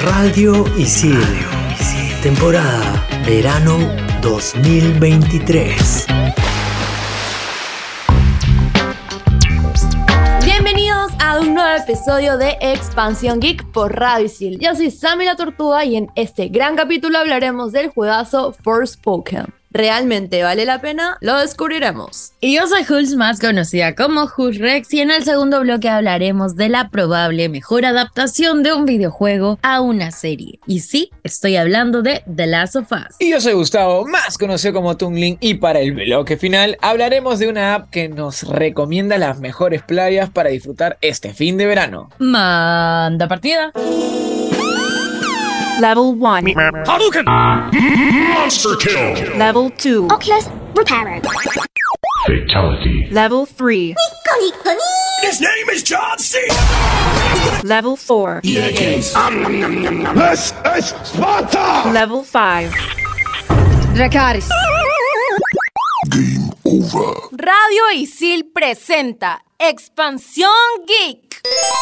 Radio Isil, temporada verano 2023. Bienvenidos a un nuevo episodio de Expansión Geek por Radio Isil. Yo soy Sammy la Tortuga y en este gran capítulo hablaremos del juegazo Forspoken. ¿Realmente vale la pena? Lo descubriremos. Y yo soy Jules, más conocida como Jules Rex, y en el segundo bloque hablaremos de la probable mejor adaptación de un videojuego a una serie. Y sí, estoy hablando de The Last of Us. Y yo soy Gustavo, más conocido como Tungling, y para el bloque final hablaremos de una app que nos recomienda las mejores playas para disfrutar este fin de verano. Manda partida. Level 1. Hadouken! Monster kill! Level 2. Oculus repaired. Fatality. Level 3. His name is John C. Level 4. This is Sparta! Level 5. Dracarys. Game over. Radio Isil presenta Expansión Geek.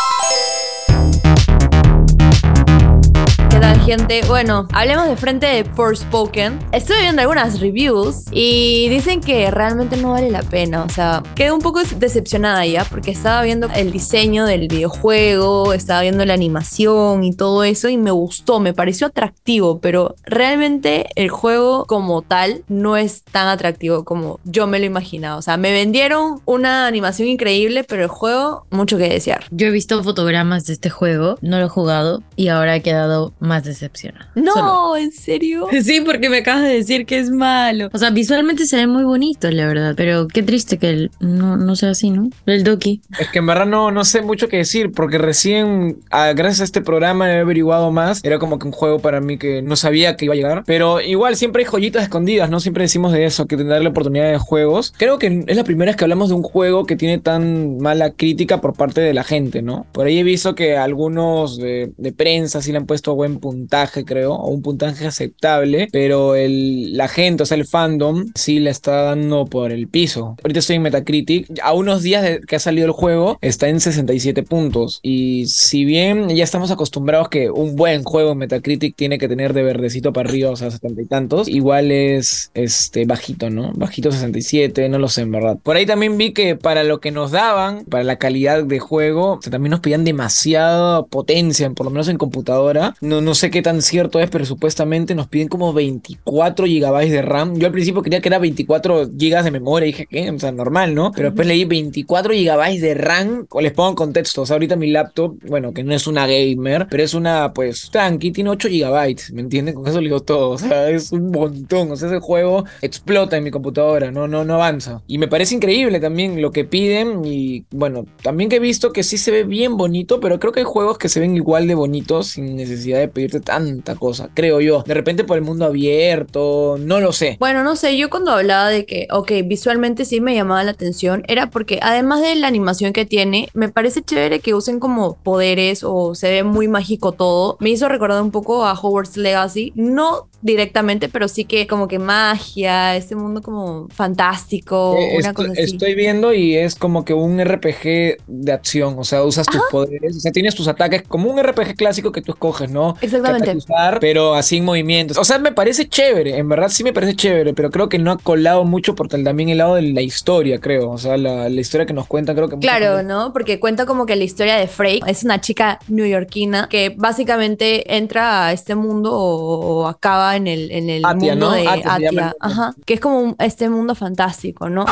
¿Qué tal, gente? Bueno, hablemos de frente de Forspoken. Estuve viendo algunas reviews y dicen que realmente no vale la pena. O sea, quedé un poco decepcionada ya porque estaba viendo el diseño del videojuego, estaba viendo la animación y todo eso y me gustó, me pareció atractivo, pero realmente el juego como tal no es tan atractivo como yo me lo imaginaba. O sea, me vendieron una animación increíble, pero el juego mucho que desear. Yo he visto fotogramas de este juego, no lo he jugado y ahora he quedado más decepcionada. No, Solo. ¿en serio? Sí, porque me acabas de decir que es malo. O sea, visualmente se ve muy bonito, la verdad, pero qué triste que no sea así, ¿no? El Doki. Es que en verdad no sé mucho qué decir, porque recién, gracias a este programa he averiguado más. Era como que un juego para mí que no sabía que iba a llegar, pero igual siempre hay joyitas escondidas, ¿no? Siempre decimos de eso, que darle oportunidad de juegos. Creo que es la primera vez que hablamos de un juego que tiene tan mala crítica por parte de la gente, ¿no? Por ahí he visto que algunos de prensa sí le han puesto buen puntaje, creo, o un puntaje aceptable, pero la gente, o sea, el fandom, sí le está dando por el piso. Ahorita estoy en Metacritic, a unos días de que ha salido el juego, está en 67 puntos, y si bien ya estamos acostumbrados que un buen juego en Metacritic tiene que tener de verdecito para arriba, o sea, 70 y tantos, igual es bajito, ¿no? Bajito 67, no lo sé, en verdad. Por ahí también vi que para lo que nos daban, para la calidad de juego, o sea, también nos pedían demasiada potencia, por lo menos en computadora. No sé qué tan cierto es, pero supuestamente nos piden como 24 GB de RAM. Yo al principio creía que era 24 GB de memoria, dije, ¿qué? O sea, normal, ¿no? Pero después leí 24 GB de RAM, o les pongo en contexto, o sea, ahorita mi laptop, bueno, que no es una gamer, pero es una, pues, tranqui, tiene 8 GB, ¿me entienden? Con eso le digo todo, o sea, es un montón, o sea, ese juego explota en mi computadora, no avanza. Y me parece increíble también lo que piden, y bueno, también que he visto que sí se ve bien bonito, pero creo que hay juegos que se ven igual de bonitos sin necesidad de pedirte tanta cosa, creo yo. De repente por el mundo abierto, no lo sé. Bueno, no sé, yo cuando hablaba de que, ok, visualmente sí me llamaba la atención, era porque además de la animación que tiene, me parece chévere que usen como poderes o se ve muy mágico todo. Me hizo recordar un poco a Hogwarts Legacy, no directamente, pero sí que como que magia, este mundo como fantástico, una cosa así. Estoy viendo y es como que un RPG de acción, o sea, usas tus poderes, o sea, tienes tus ataques como un RPG clásico que tú escoges, ¿no? Exactamente. Usar, pero así en movimientos. O sea, me parece chévere, en verdad sí me parece chévere, pero creo que no ha colado mucho por también el lado de la historia, creo. O sea, la historia que nos cuenta, creo que... Claro, ¿no? Porque cuenta como que la historia de Frey es una chica neoyorquina que básicamente entra a este mundo o acaba en el Atia, mundo, ¿no? de Atia, Ajá, que es como este mundo fantástico, ¿no?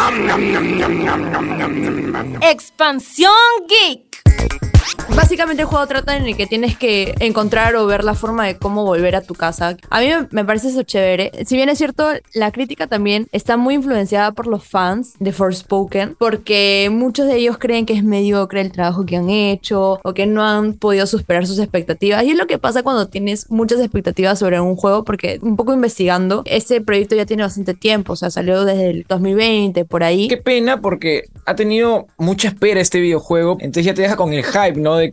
Expansión Geek. Básicamente el juego trata en el que tienes que encontrar o ver la forma de cómo volver a tu casa. A mí me parece eso chévere. Si bien es cierto, la crítica también está muy influenciada por los fans de Forspoken, porque muchos de ellos creen que es mediocre el trabajo que han hecho o que no han podido superar sus expectativas. Y es lo que pasa cuando tienes muchas expectativas sobre un juego, porque un poco investigando, este proyecto ya tiene bastante tiempo, o sea, salió desde el 2020, por ahí. Qué pena porque ha tenido mucha espera este videojuego, entonces ya te deja con el hype, ¿no? De que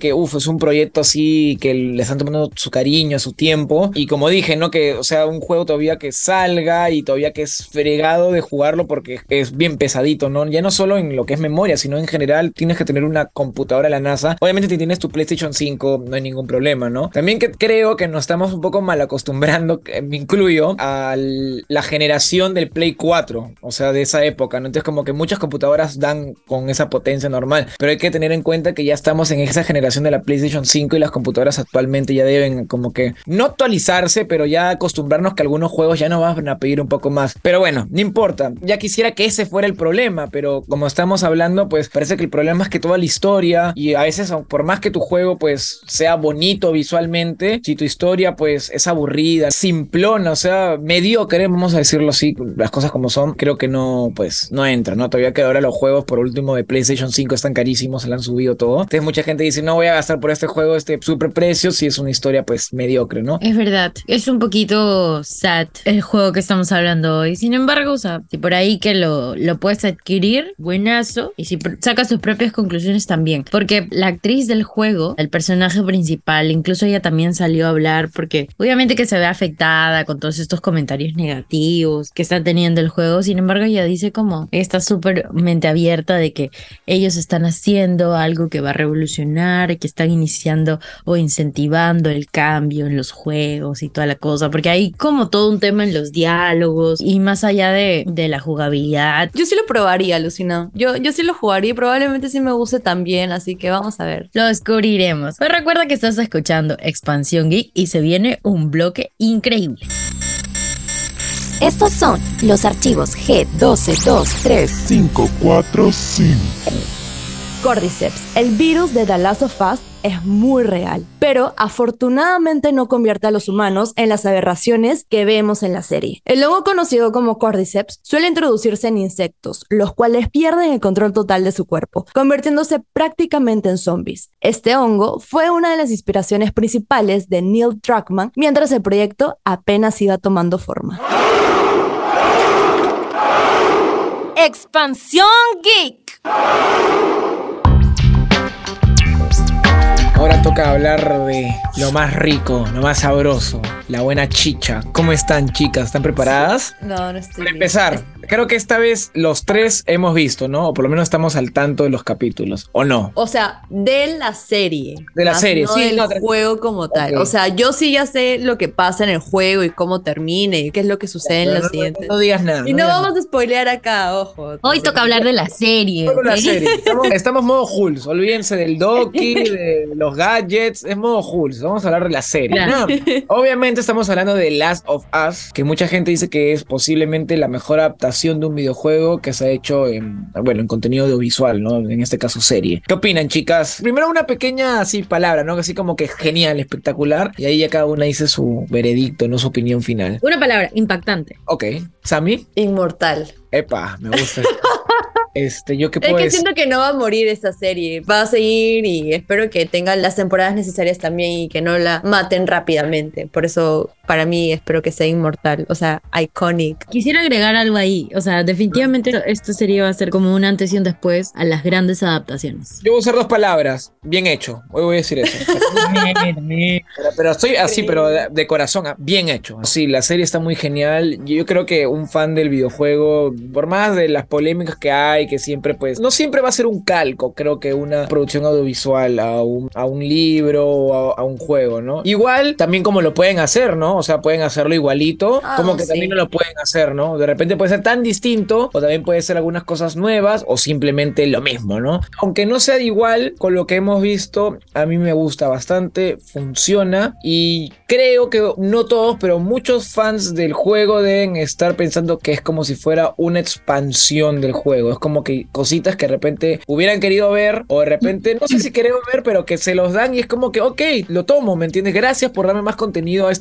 que, es un proyecto así que le están tomando su cariño, su tiempo. Y como dije, ¿no? Que, o sea, un juego todavía que salga y todavía que es fregado de jugarlo porque es bien pesadito, ¿no? Ya no solo en lo que es memoria, sino en general tienes que tener una computadora de la NASA. Obviamente si tienes tu PlayStation 5 no hay ningún problema, ¿no? También que creo que nos estamos un poco mal acostumbrando, me incluyo, a la generación del Play 4, o sea, de esa época, ¿no? Entonces como que muchas computadoras dan con esa potencia normal, pero hay que tener en cuenta que ya estamos en esa generación de la PlayStation 5 y las computadoras actualmente ya deben como que no actualizarse, pero ya acostumbrarnos que algunos juegos ya no van a pedir un poco más. Pero bueno, no importa, ya quisiera que ese fuera el problema, pero como estamos hablando, pues parece que el problema es que toda la historia, y a veces por más que tu juego pues sea bonito visualmente, si tu historia pues es aburrida, simplona, o sea, mediocre, vamos a decirlo así, las cosas como son, creo que no, pues no entra, ¿no? Todavía que ahora los juegos por último de PlayStation 5 están carísimos, se le han subido todo. Entonces mucha gente dice, no voy a gastar por este juego este super precio si es una historia pues mediocre, ¿no? Es verdad, es un poquito sad el juego que estamos hablando hoy. Sin embargo, o sea, si por ahí que lo puedes adquirir, buenazo, y si sacas tus propias conclusiones también, porque la actriz del juego, el personaje principal, incluso ella también salió a hablar porque obviamente que se ve afectada con todos estos comentarios negativos que está teniendo el juego. Sin embargo, ella dice como está súper mente abierta de que ellos están haciendo algo que va a revolucionar, que están iniciando o incentivando el cambio en los juegos y toda la cosa, porque hay como todo un tema en los diálogos y más allá de la jugabilidad. Yo sí lo probaría, Lucina. Yo sí lo jugaría y probablemente sí me guste también, así que vamos a ver. Lo descubriremos. Pues recuerda que estás escuchando Expansión Geek y se viene un bloque increíble. Estos son los archivos G1223545. 545. Cordyceps, el virus de The Last of Us, es muy real, pero afortunadamente no convierte a los humanos en las aberraciones que vemos en la serie. El hongo conocido como Cordyceps suele introducirse en insectos, los cuales pierden el control total de su cuerpo, convirtiéndose prácticamente en zombies. Este hongo fue una de las inspiraciones principales de Neil Druckmann mientras el proyecto apenas iba tomando forma. Expansión Geek. Ahora toca hablar de lo más rico, lo más sabroso, la buena chicha. ¿Cómo están, chicas? ¿Están preparadas? No estoy Para empezar, creo que esta vez los tres hemos visto, ¿no? O por lo menos estamos al tanto de los capítulos, ¿o no? O sea, de la serie. De la serie, no sí. del No, juego como tal. Ok. O sea, yo sí ya sé lo que pasa en el juego y cómo termina y qué es lo que sucede en Pero los siguientes. no digas nada. Y no digas vamos a spoilear acá, ojo. Hoy toca hablar de la serie. Solo la ¿ok? serie. Estamos modo Hulz. Olvídense del Doki, de los gadgets. Es modo Hulz. Vamos a hablar de la serie. Claro. No, obviamente estamos hablando de Last of Us, que mucha gente dice que es posiblemente la mejor adaptación de un videojuego que se ha hecho en contenido audiovisual, ¿no? En este caso serie. ¿Qué opinan, chicas? Primero una pequeña así palabra, ¿no? Así como que genial, espectacular. Y ahí ya cada una dice su veredicto, no su opinión final. Una palabra, impactante. Ok. ¿Sammy? Inmortal. Epa, me gusta. ¿Yo qué Es puedo que decir? siento que no va a morir esta serie. Va a seguir y espero que tengan las temporadas necesarias también y que no la maten rápidamente. Por eso, para mí, espero que sea inmortal. O sea, iconic. Quisiera agregar algo ahí. O sea, definitivamente esta serie va a ser como un antes y un después a las grandes adaptaciones. Yo voy a usar dos palabras. Bien hecho. Hoy voy a decir eso. Pero estoy así, pero de corazón. Bien hecho. Sí, la serie está muy genial. Yo creo que un fan del videojuego, por más de las polémicas que hay, que siempre pues, no siempre va a ser un calco, creo que una producción audiovisual a un libro o a un juego, ¿no? Igual, también como lo pueden hacer, ¿no? O sea, pueden hacerlo igualito, como que sí. también no lo pueden hacer, ¿no? De repente puede ser tan distinto, o también puede ser algunas cosas nuevas, o simplemente lo mismo, ¿no? Aunque no sea igual con lo que hemos visto, a mí me gusta bastante, funciona, y creo que no todos, pero muchos fans del juego deben estar pensando que es como si fuera una expansión del juego. Es como que cositas que de repente hubieran querido ver, o de repente, no sé si queremos ver, pero que se los dan y es como que, ok, lo tomo, ¿me entiendes? Gracias por darme más contenido a este juego que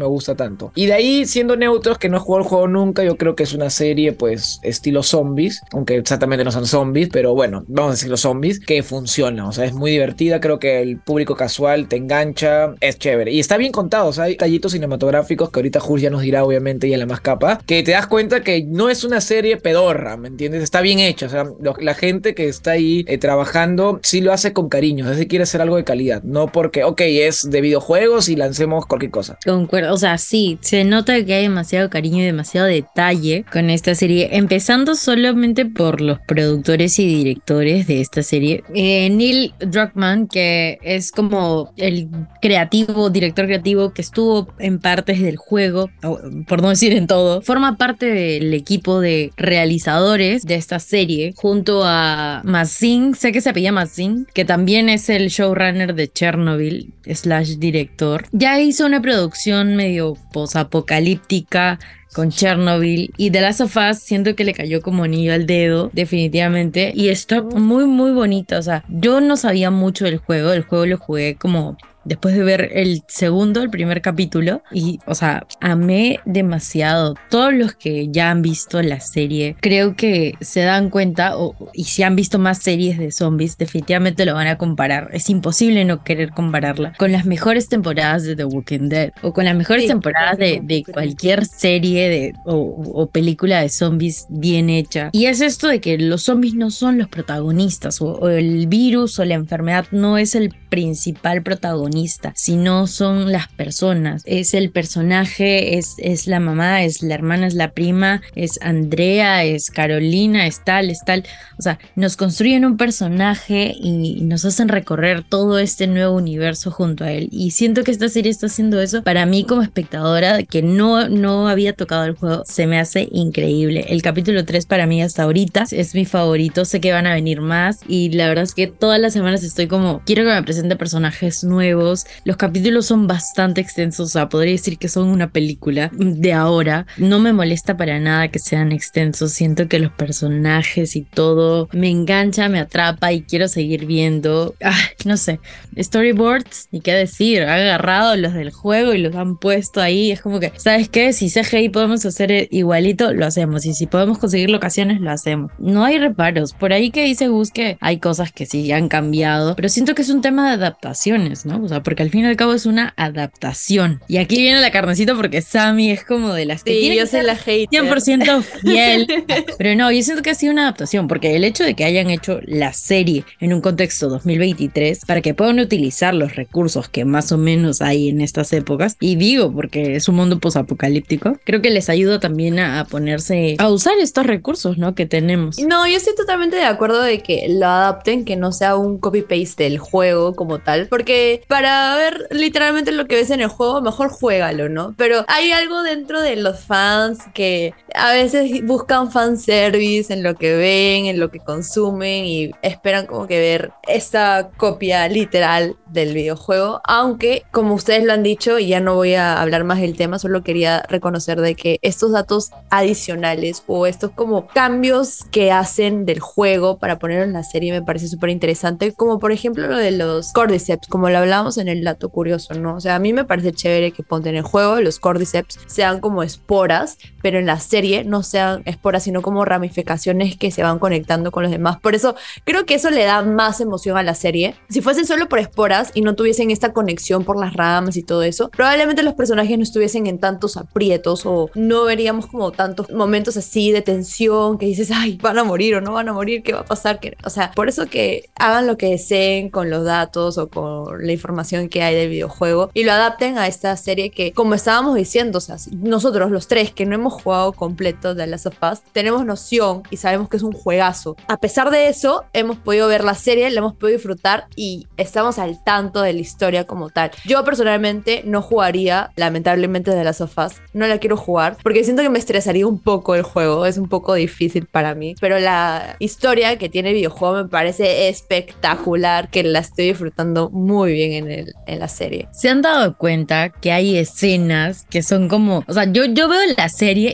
me gusta tanto. Y de ahí, siendo neutros, que no he jugado el juego nunca, yo creo que es una serie pues estilo zombies, aunque exactamente no son zombies, pero bueno, vamos a decirlo zombies, que funciona, o sea, es muy divertida, creo que el público casual te engancha, es chévere. Y está bien contado, o sea, hay tallitos cinematográficos que ahorita Jul ya nos dirá, obviamente, y en la más capa, que te das cuenta que no es una serie pedorra, ¿me entiendes? Está bien hecha, o sea, la gente que está ahí trabajando sí lo hace con cariño, o sea, sí quiere hacer algo de calidad, no porque, ok, es de videojuegos y lancemos cualquier cosa. Concuerdo, o sea, sí, se nota que hay demasiado cariño y demasiado detalle con esta serie, empezando solamente por los productores y directores de esta serie. Neil Druckmann, que es como el director creativo que estuvo en partes del juego, por no decir en todo, forma parte del equipo de realizadores de esta serie, junto a Mazin, sé que se apellida Mazin, que también es el showrunner de Chernobyl / director. Ya hizo una producción medio posapocalíptica con Chernobyl, y The Last of Us siento que le cayó como anillo al dedo, definitivamente, y está muy muy bonita. O sea, yo no sabía mucho del juego, el juego lo jugué como después de ver el primer capítulo, y, o sea, amé demasiado. Todos los que ya han visto la serie, creo que se dan cuenta, y si han visto más series de zombies, definitivamente lo van a comparar. Es imposible no querer compararla con las mejores temporadas de The Walking Dead, o con las mejores temporadas de cualquier serie o película de zombies bien hecha. Y es esto de que los zombies no son los protagonistas, o el virus o la enfermedad no es el principal protagonista, sino son las personas. Es el personaje, es la mamá, es la hermana, es la prima, es Andrea, es Carolina, es tal. O sea, nos construyen un personaje y nos hacen recorrer todo este nuevo universo junto a él. Y siento que esta serie está haciendo eso. Para mí, como espectadora que no había tocado el juego, se me hace increíble. El capítulo 3 para mí hasta ahorita es mi favorito. Sé que van a venir más, y la verdad es que todas las semanas estoy como, quiero que me presenten personajes nuevos. Los capítulos son bastante extensos, o sea, podría decir que son una película de ahora. No me molesta para nada que sean extensos, siento que los personajes y todo me engancha, me atrapa y quiero seguir viendo. No sé, storyboards, ni qué decir, han agarrado los del juego y los han puesto ahí. Es como que, ¿sabes qué? Si CGI podemos hacer igualito, lo hacemos, y si podemos conseguir locaciones, lo hacemos. No hay reparos. Por ahí que dice Gus que hay cosas que sí han cambiado, pero siento que es un tema de adaptaciones, ¿no? O sea, porque al fin y al cabo es una adaptación. Y aquí viene la carnecita, porque Sammy es como de las que sí, yo soy la hater 100% fiel. Pero no, yo siento que ha sido una adaptación, porque el hecho de que hayan hecho la serie en un contexto 2023 para que puedan utilizar los recursos que más o menos hay en estas épocas, y digo porque es un mundo posapocalíptico, creo que les ayuda también a ponerse a usar estos recursos, ¿no? Que tenemos. No, yo estoy totalmente de acuerdo de que lo adapten, que no sea un copy-paste del juego como tal, porque para ver literalmente lo que ves en el juego, mejor juégalo, ¿no? Pero hay algo dentro de los fans que a veces buscan fanservice en lo que ven, en lo que consumen, y esperan como que ver esta copia literal del videojuego, aunque como ustedes lo han dicho, y ya no voy a hablar más del tema, solo quería reconocer de que estos datos adicionales o estos como cambios que hacen del juego para ponerlo en la serie me parece súper interesante, como por ejemplo lo de los Cordyceps, como lo hablábamos en el dato curioso, ¿no? O sea, a mí me parece chévere que ponte en el juego los Cordyceps sean como esporas, pero en la serie no sean esporas, sino como ramificaciones que se van conectando con los demás. Por eso creo que eso le da más emoción a la serie. Si fuesen solo por esporas y no tuviesen esta conexión por las ramas y todo eso, probablemente los personajes no estuviesen en tantos aprietos, o no veríamos como tantos momentos así de tensión que dices, ay, van a morir o no van a morir, ¿qué va a pasar? O sea, por eso que hagan lo que deseen con los datos o con la información que hay del videojuego y lo adapten a esta serie que, como estábamos diciendo, o sea, nosotros los tres que no hemos jugado completo de The Last of Us, tenemos noción y sabemos que es un juegazo. A pesar de eso, hemos podido ver la serie, la hemos podido disfrutar y estamos al tanto de la historia como tal. Yo personalmente no jugaría, lamentablemente, The Last of Us. No la quiero jugar porque siento que me estresaría un poco el juego, es un poco difícil para mí, pero la historia que tiene el videojuego me parece espectacular, que la estoy disfrutando muy bien en la serie. ¿Se han dado cuenta que hay escenas que son como, o sea, yo veo la serie y también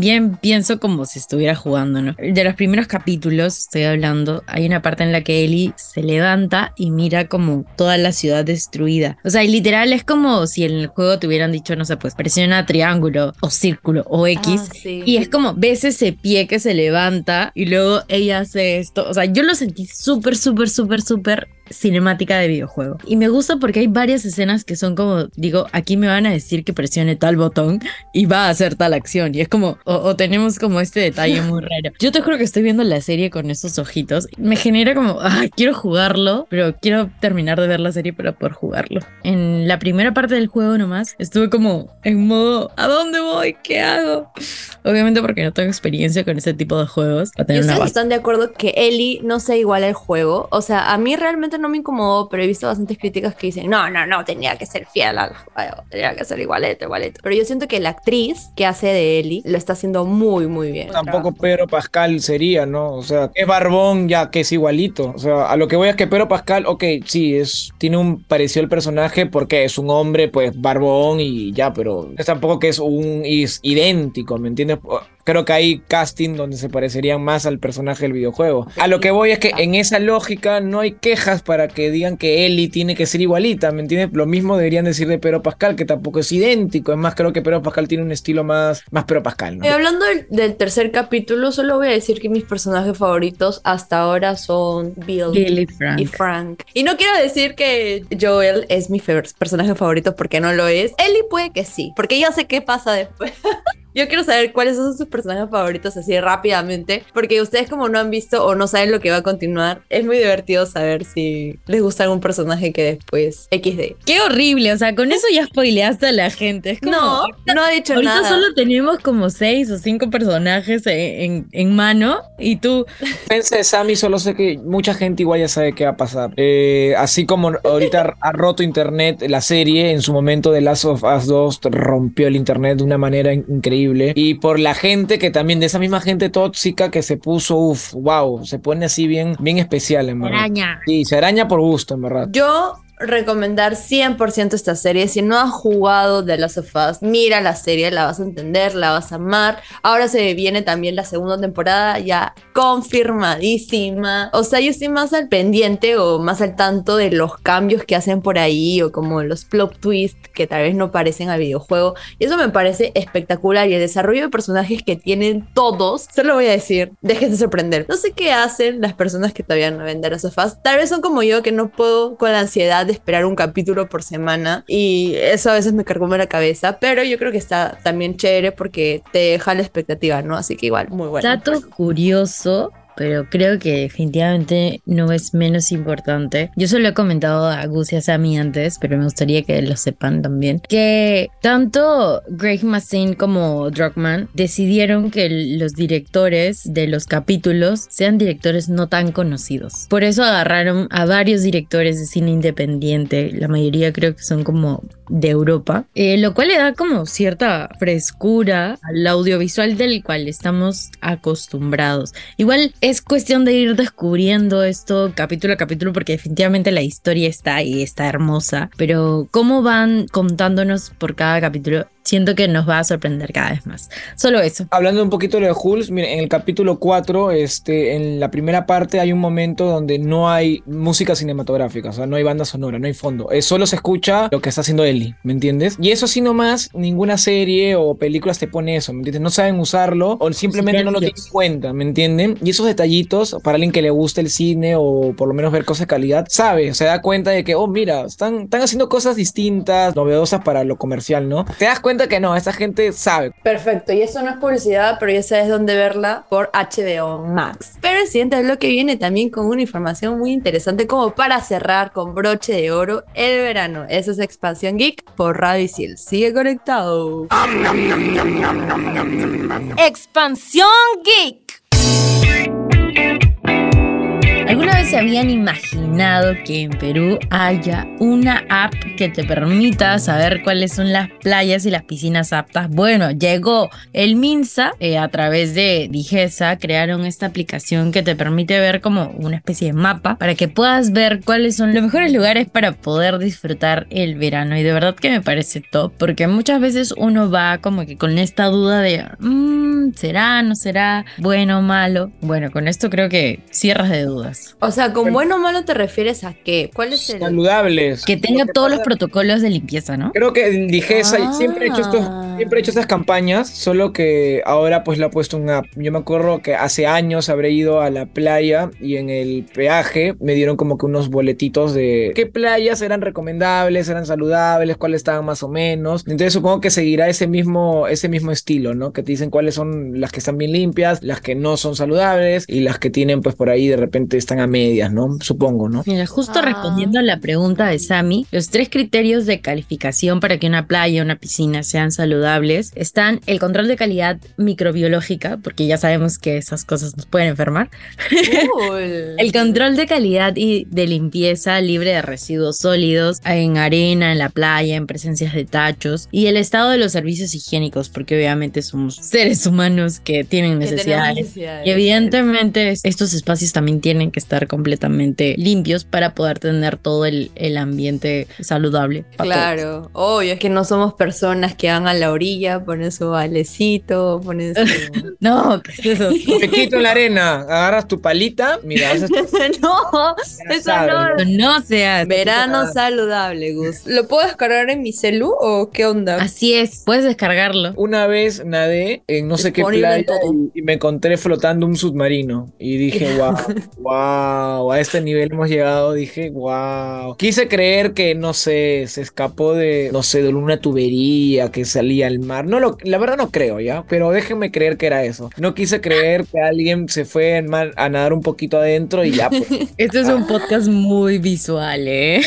también pienso como si estuviera jugando, ¿no? De los primeros capítulos, estoy hablando, hay una parte en la que Ellie se levanta y mira como toda la ciudad destruida. O sea, y literal es como si en el juego te hubieran dicho, no sé, pues presiona triángulo o círculo o X. Sí. Y es como, ves ese pie que se levanta y luego ella hace esto. O sea, yo lo sentí súper cinemática de videojuego. Y me gusta porque hay varias escenas que son como, digo, aquí me van a decir que presione tal botón y va a hacer tal acción. Y es como, o tenemos como este detalle muy raro. Yo te juro que estoy viendo la serie con esos ojitos. Me genera como, ay, quiero jugarlo, pero quiero terminar de ver la serie para poder jugarlo. En la primera parte del juego nomás, estuve como en modo, ¿a dónde voy? ¿Qué hago? Obviamente porque no tengo experiencia con ese tipo de juegos. ¿Y ustedes están de acuerdo que Ellie no sea igual al juego? O sea, a mí realmente no me incomodó, pero he visto bastantes críticas que dicen, no, tenía que ser fiel al juego, tenía que ser igualito. Pero yo siento que la actriz que hace de Ellie lo está haciendo muy, muy bien. Tampoco Pedro Pascal sería, ¿no? O sea, es barbón ya que es igualito. O sea, a lo que voy es que Pedro Pascal, ok, sí, tiene un parecido al personaje porque es un hombre, pues, barbón y ya, pero es tampoco que es idéntico, ¿me entiendes? Creo que hay casting donde se parecerían más al personaje del videojuego. A lo que voy es que en esa lógica no hay quejas para que digan que Ellie tiene que ser igualita, ¿me entiendes? Lo mismo deberían decir de Pedro Pascal, que tampoco es idéntico. Es más, creo que Pedro Pascal tiene un estilo más Pedro Pascal, ¿no? Y hablando del tercer capítulo, solo voy a decir que mis personajes favoritos hasta ahora son Bill y Frank. Y no quiero decir que Joel es mi personaje favorito porque no lo es. Ellie puede que sí, porque ya sé qué pasa después. Yo quiero saber cuáles son sus personajes favoritos así rápidamente, porque ustedes como no han visto o no saben lo que va a continuar, es muy divertido saber si les gusta algún personaje que después XD. ¡Qué horrible! O sea, con eso ya spoileaste a la gente. Es como, no ha dicho nada. Ahorita solo tenemos como 6 o 5 personajes en mano y tú... Defensa de Sammy, solo sé que mucha gente igual ya sabe qué va a pasar. Así como ahorita ha roto internet la serie, en su momento The Last of Us 2 rompió el internet de una manera increíble. Y por la gente que también, de esa misma gente tóxica que se puso, wow, se pone así bien especial, en verdad. Araña. Sí, se araña por gusto, en verdad. Yo recomendar 100% esta serie. Si no has jugado The Last of Us, mira la serie, la vas a entender, la vas a amar. Ahora se viene también la segunda temporada ya confirmadísima. O sea, yo estoy más al pendiente o más al tanto de los cambios que hacen por ahí o como los plot twists que tal vez no parecen al videojuego. Y eso me parece espectacular. Y el desarrollo de personajes que tienen todos, solo voy a decir, déjense sorprender. No sé qué hacen las personas que todavía no ven The Last of Us. Tal vez son como yo, que no puedo con la ansiedad de esperar un capítulo por semana y eso a veces me carcome la cabeza, pero yo creo que está también chévere porque te deja la expectativa, ¿no? Así que igual, muy bueno. Dato curioso, pero creo que definitivamente no es menos importante. Yo se lo he comentado a Gus y a Sammy antes, pero me gustaría que lo sepan también, que tanto Greg Mazin como Druckmann decidieron que los directores de los capítulos sean directores no tan conocidos. Por eso agarraron a varios directores de cine independiente, la mayoría creo que son como de Europa, lo cual le da como cierta frescura al audiovisual del cual estamos acostumbrados. Igual es cuestión de ir descubriendo esto capítulo a capítulo porque definitivamente la historia está ahí, está hermosa, pero cómo van contándonos por cada capítulo, siento que nos va a sorprender cada vez más. Solo eso. Hablando un poquito de Hulz, miren, en el capítulo 4, en la primera parte hay un momento donde no hay música cinematográfica, o sea, no hay banda sonora, no hay fondo. Solo se escucha lo que está haciendo Ellie, ¿me entiendes? Y eso así nomás, ninguna serie o películas te pone eso, ¿me entiendes? No saben usarlo o simplemente no lo tienen en cuenta, ¿me entienden? Y esos detallitos, para alguien que le guste el cine o por lo menos ver cosas de calidad, sabe, se da cuenta de que, oh, mira, están haciendo cosas distintas, novedosas para lo comercial, ¿no? Te das cuenta que no, esta gente sabe. Perfecto, y eso no es publicidad, pero ya sabes dónde verla por HBO Max. Pero el siguiente bloque viene también con una información muy interesante como para cerrar con broche de oro el verano. Eso es Expansión Geek por Radio Isil. Sigue conectado. Expansión Geek. ¿Alguna vez se habían imaginado que en Perú haya una app que te permita saber cuáles son las playas y las piscinas aptas? Bueno, llegó el MINSA a través de Digesa, crearon esta aplicación que te permite ver como una especie de mapa para que puedas ver cuáles son los mejores lugares para poder disfrutar el verano. Y de verdad que me parece top, porque muchas veces uno va como que con esta duda de ¿será, no será, bueno o malo? Bueno, con esto creo que cierras de dudas. O sea, ¿con bueno o malo te refieres a qué? ¿Cuál es el...? Saludables. Que tenga todos los protocolos de limpieza, ¿no? Creo que Digesa siempre ha hecho estas campañas, solo que ahora pues le ha puesto un app. Yo me acuerdo que hace años habré ido a la playa y en el peaje me dieron como que unos boletitos de qué playas eran recomendables, eran saludables, cuáles estaban más o menos. Entonces supongo que seguirá ese mismo estilo, ¿no? Que te dicen cuáles son las que están bien limpias, las que no son saludables y las que tienen pues por ahí de repente están a medias, ¿no? Supongo, ¿no? Mira, justo respondiendo a la pregunta de Sammy, los 3 criterios de calificación para que una playa o una piscina sean saludables están el control de calidad microbiológica, porque ya sabemos que esas cosas nos pueden enfermar. El control de calidad y de limpieza libre de residuos sólidos en arena, en la playa, en presencias de tachos, y el estado de los servicios higiénicos, porque obviamente somos seres humanos que tienen necesidades. Y evidentemente estos espacios también tienen que estar completamente limpios para poder tener todo el ambiente saludable. Claro, obvio, es que no somos personas que van a la orilla, ponen su valecito, ponen su... No, ¿qué es eso? Te quito la arena, agarras tu palita, mira, haces No, eso no. No seas. Verano saludable, Gus. ¿Lo puedo descargar en mi celu o qué onda? Así es, puedes descargarlo. Una vez nadé en no sé qué Disponible en playa todo. y me encontré flotando un submarino y dije, wow, a este nivel hemos llegado, dije, wow. Quise creer que, no sé, se escapó de una tubería que salía al mar. La verdad no creo, ¿ya? Pero déjenme creer que era eso. No quise creer que alguien se fue al mar a nadar un poquito adentro y ya, pues. Este es un podcast muy visual, ¿eh?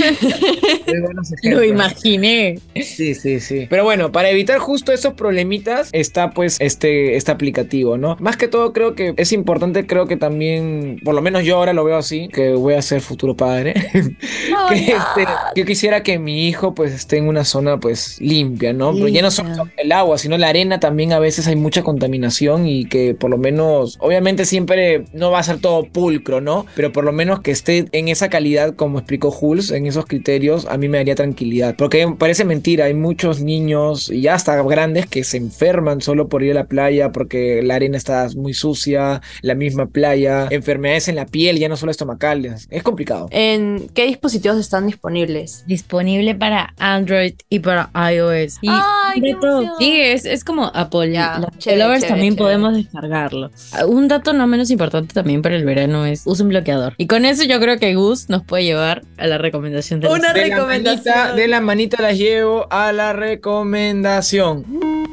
Muy buenos Lo ejemplos. imaginé. Sí. Pero bueno, para evitar justo esos problemitas está pues este aplicativo, ¿no? Más que todo creo que es importante, creo que también, por lo menos yo ahora lo veo así, que voy a ser futuro padre, que yo quisiera que mi hijo pues esté en una zona pues limpia, ¿no? Pero ya no solo el agua, sino la arena también a veces hay mucha contaminación y que por lo menos, obviamente siempre no va a ser todo pulcro, ¿no? Pero por lo menos que esté en esa calidad como explicó Jules, en esos criterios, a mí me daría tranquilidad. Porque parece mentira, hay muchos niños y ya hasta grandes que se enferman solo por ir a la playa porque la arena está muy sucia, la misma playa, enfermedades en la piel, ya no solo estomacales. Es complicado. ¿En qué dispositivos están disponibles? Disponible para Android y para iOS. Y ¡ay, qué dato, emoción! sí, es como Apple. Ya, Los chévere, lovers chévere, también chévere. podemos descargarlo. Un dato no menos importante también para el verano es usa un bloqueador. Y con eso yo creo que Gus nos puede llevar a la recomendación de la Una semana. recomendación. De la manita las llevo a la recomendación.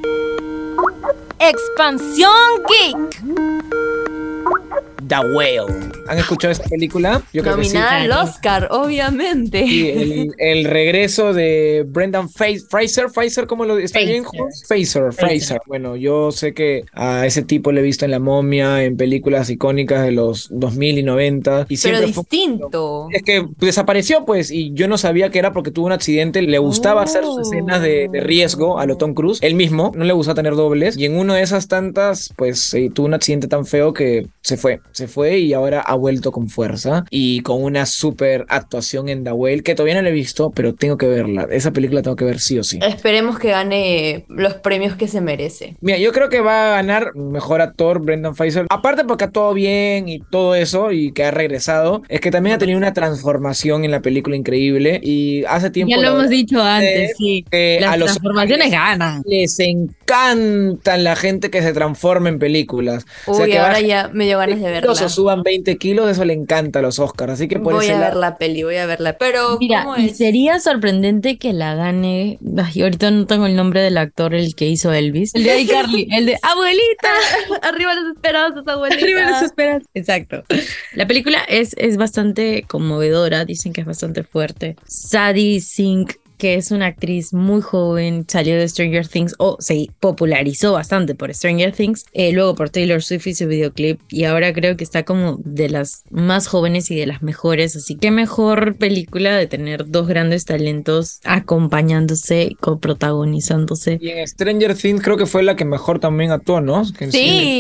Expansión Geek. The Whale. ¿Han escuchado esta película? Yo creo Nominada que al Oscar, obviamente. sí. Sí, el regreso de Brendan Fraser, ¿cómo lo está bien? Fraser. Bueno, yo sé que a ese tipo le he visto en La Momia, en películas icónicas de los 2000 y 90. Y Pero siempre distinto. es que desapareció, pues, y yo no sabía que era porque tuvo un accidente. Le gustaba hacer sus escenas de riesgo a lo Tom Cruise. Él mismo, no le gustaba tener dobles. Y en una de esas tantas, pues, tuvo un accidente tan feo que se fue y ahora ha vuelto con fuerza. Y con una súper actuación en The Whale, que todavía no la he visto, pero tengo que verla. Esa película tengo que ver sí o sí. Esperemos que gane los premios que se merece. Mira, yo creo que va a ganar mejor actor Brendan Fraser. Aparte porque ha actuado bien y todo eso y que ha regresado, es que también ha tenido una transformación en la película increíble y hace tiempo... Ya lo hemos dicho antes, sí. Las a los transformaciones ganan. les encantan la gente que se transforma en películas. Uy, que ahora bajen ya me dio ganas de 20 verla. kilos o suban 20 kilos, eso le encanta a los Oscars. Así que por Voy ese a ver lado... la peli, voy a verla. Pero, Mira, ¿cómo y es? sería sorprendente que la gane. Ay, ahorita no tengo el nombre del actor, el que hizo Elvis. El de iCarly, el de abuelita. Arriba las esperanzas, abuelita. Arriba las esperanzas. Exacto. La película es bastante conmovedora, dicen que es bastante fuerte. Sadie Sink que es una actriz muy joven, salió de Stranger Things, o se popularizó bastante por Stranger Things, luego por Taylor Swift y su videoclip, y ahora creo que está como de las más jóvenes y de las mejores, así que mejor película de tener dos grandes talentos acompañándose, coprotagonizándose. Y en Stranger Things creo que fue la que mejor también actuó, ¿no? Que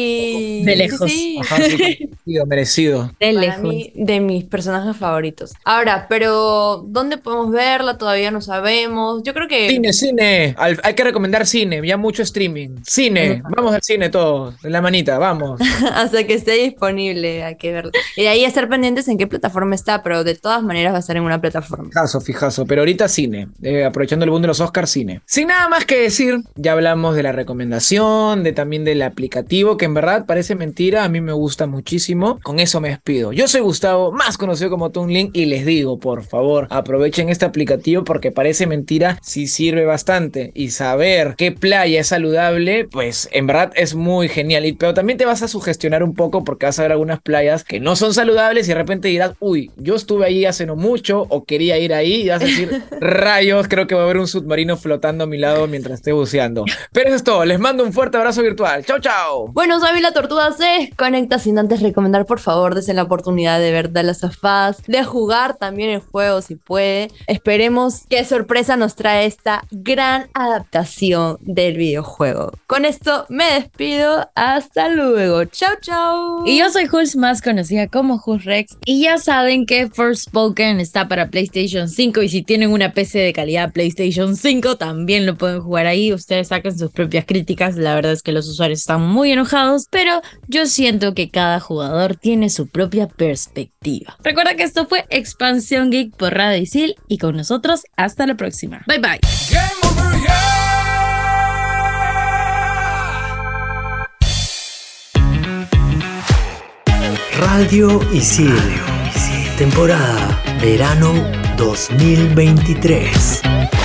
Sí. De lejos. Sí. Ajá, sí, merecido. De Para lejos. mí, de mis personajes favoritos. Ahora, pero ¿dónde podemos verla? Todavía no sabemos. Yo creo que... Cine. Hay que recomendar cine, ya mucho streaming. Cine, vamos al cine todos, en la manita, vamos. Hasta que esté disponible, hay que verla. Y de ahí estar pendientes en qué plataforma está, pero de todas maneras va a estar en una plataforma. Fijazo, pero ahorita cine. Aprovechando el boom de los Oscars, cine. Sin nada más que decir, ya hablamos de la recomendación, también del aplicativo, que en verdad parece mentira, a mí me gusta muchísimo. Con eso me despido. Yo soy Gustavo, más conocido como Toon Link, y les digo, por favor, aprovechen este aplicativo porque parece mentira, sí sirve bastante. Y saber qué playa es saludable, pues en verdad es muy genial. Pero también te vas a sugestionar un poco porque vas a ver algunas playas que no son saludables y de repente dirás, uy, yo estuve ahí hace no mucho o quería ir ahí, y vas a decir, rayos, creo que va a haber un submarino flotando a mi lado mientras esté buceando. Pero eso es todo, les mando un fuerte abrazo virtual. Chau, chau. Bueno, soy la Tortuga se conecta sin antes recomendar, por favor, dense la oportunidad de ver The Last of Us, de jugar también el juego si puede. Esperemos qué sorpresa nos trae esta gran adaptación del videojuego. Con esto me despido, hasta luego. Chau, chau. Y yo soy Jules, más conocida como Jules Rex, y ya saben que Forspoken está para PlayStation 5, y si tienen una PC de calidad PlayStation 5 también lo pueden jugar ahí. Ustedes saquen sus propias críticas, la verdad es que los usuarios están muy enojados, pero yo siento que cada jugador tiene su propia perspectiva. Recuerda que esto fue Expansión Geek por Radio Isil, y con nosotros hasta la próxima. Bye bye. Radio Isil. Temporada Verano 2023.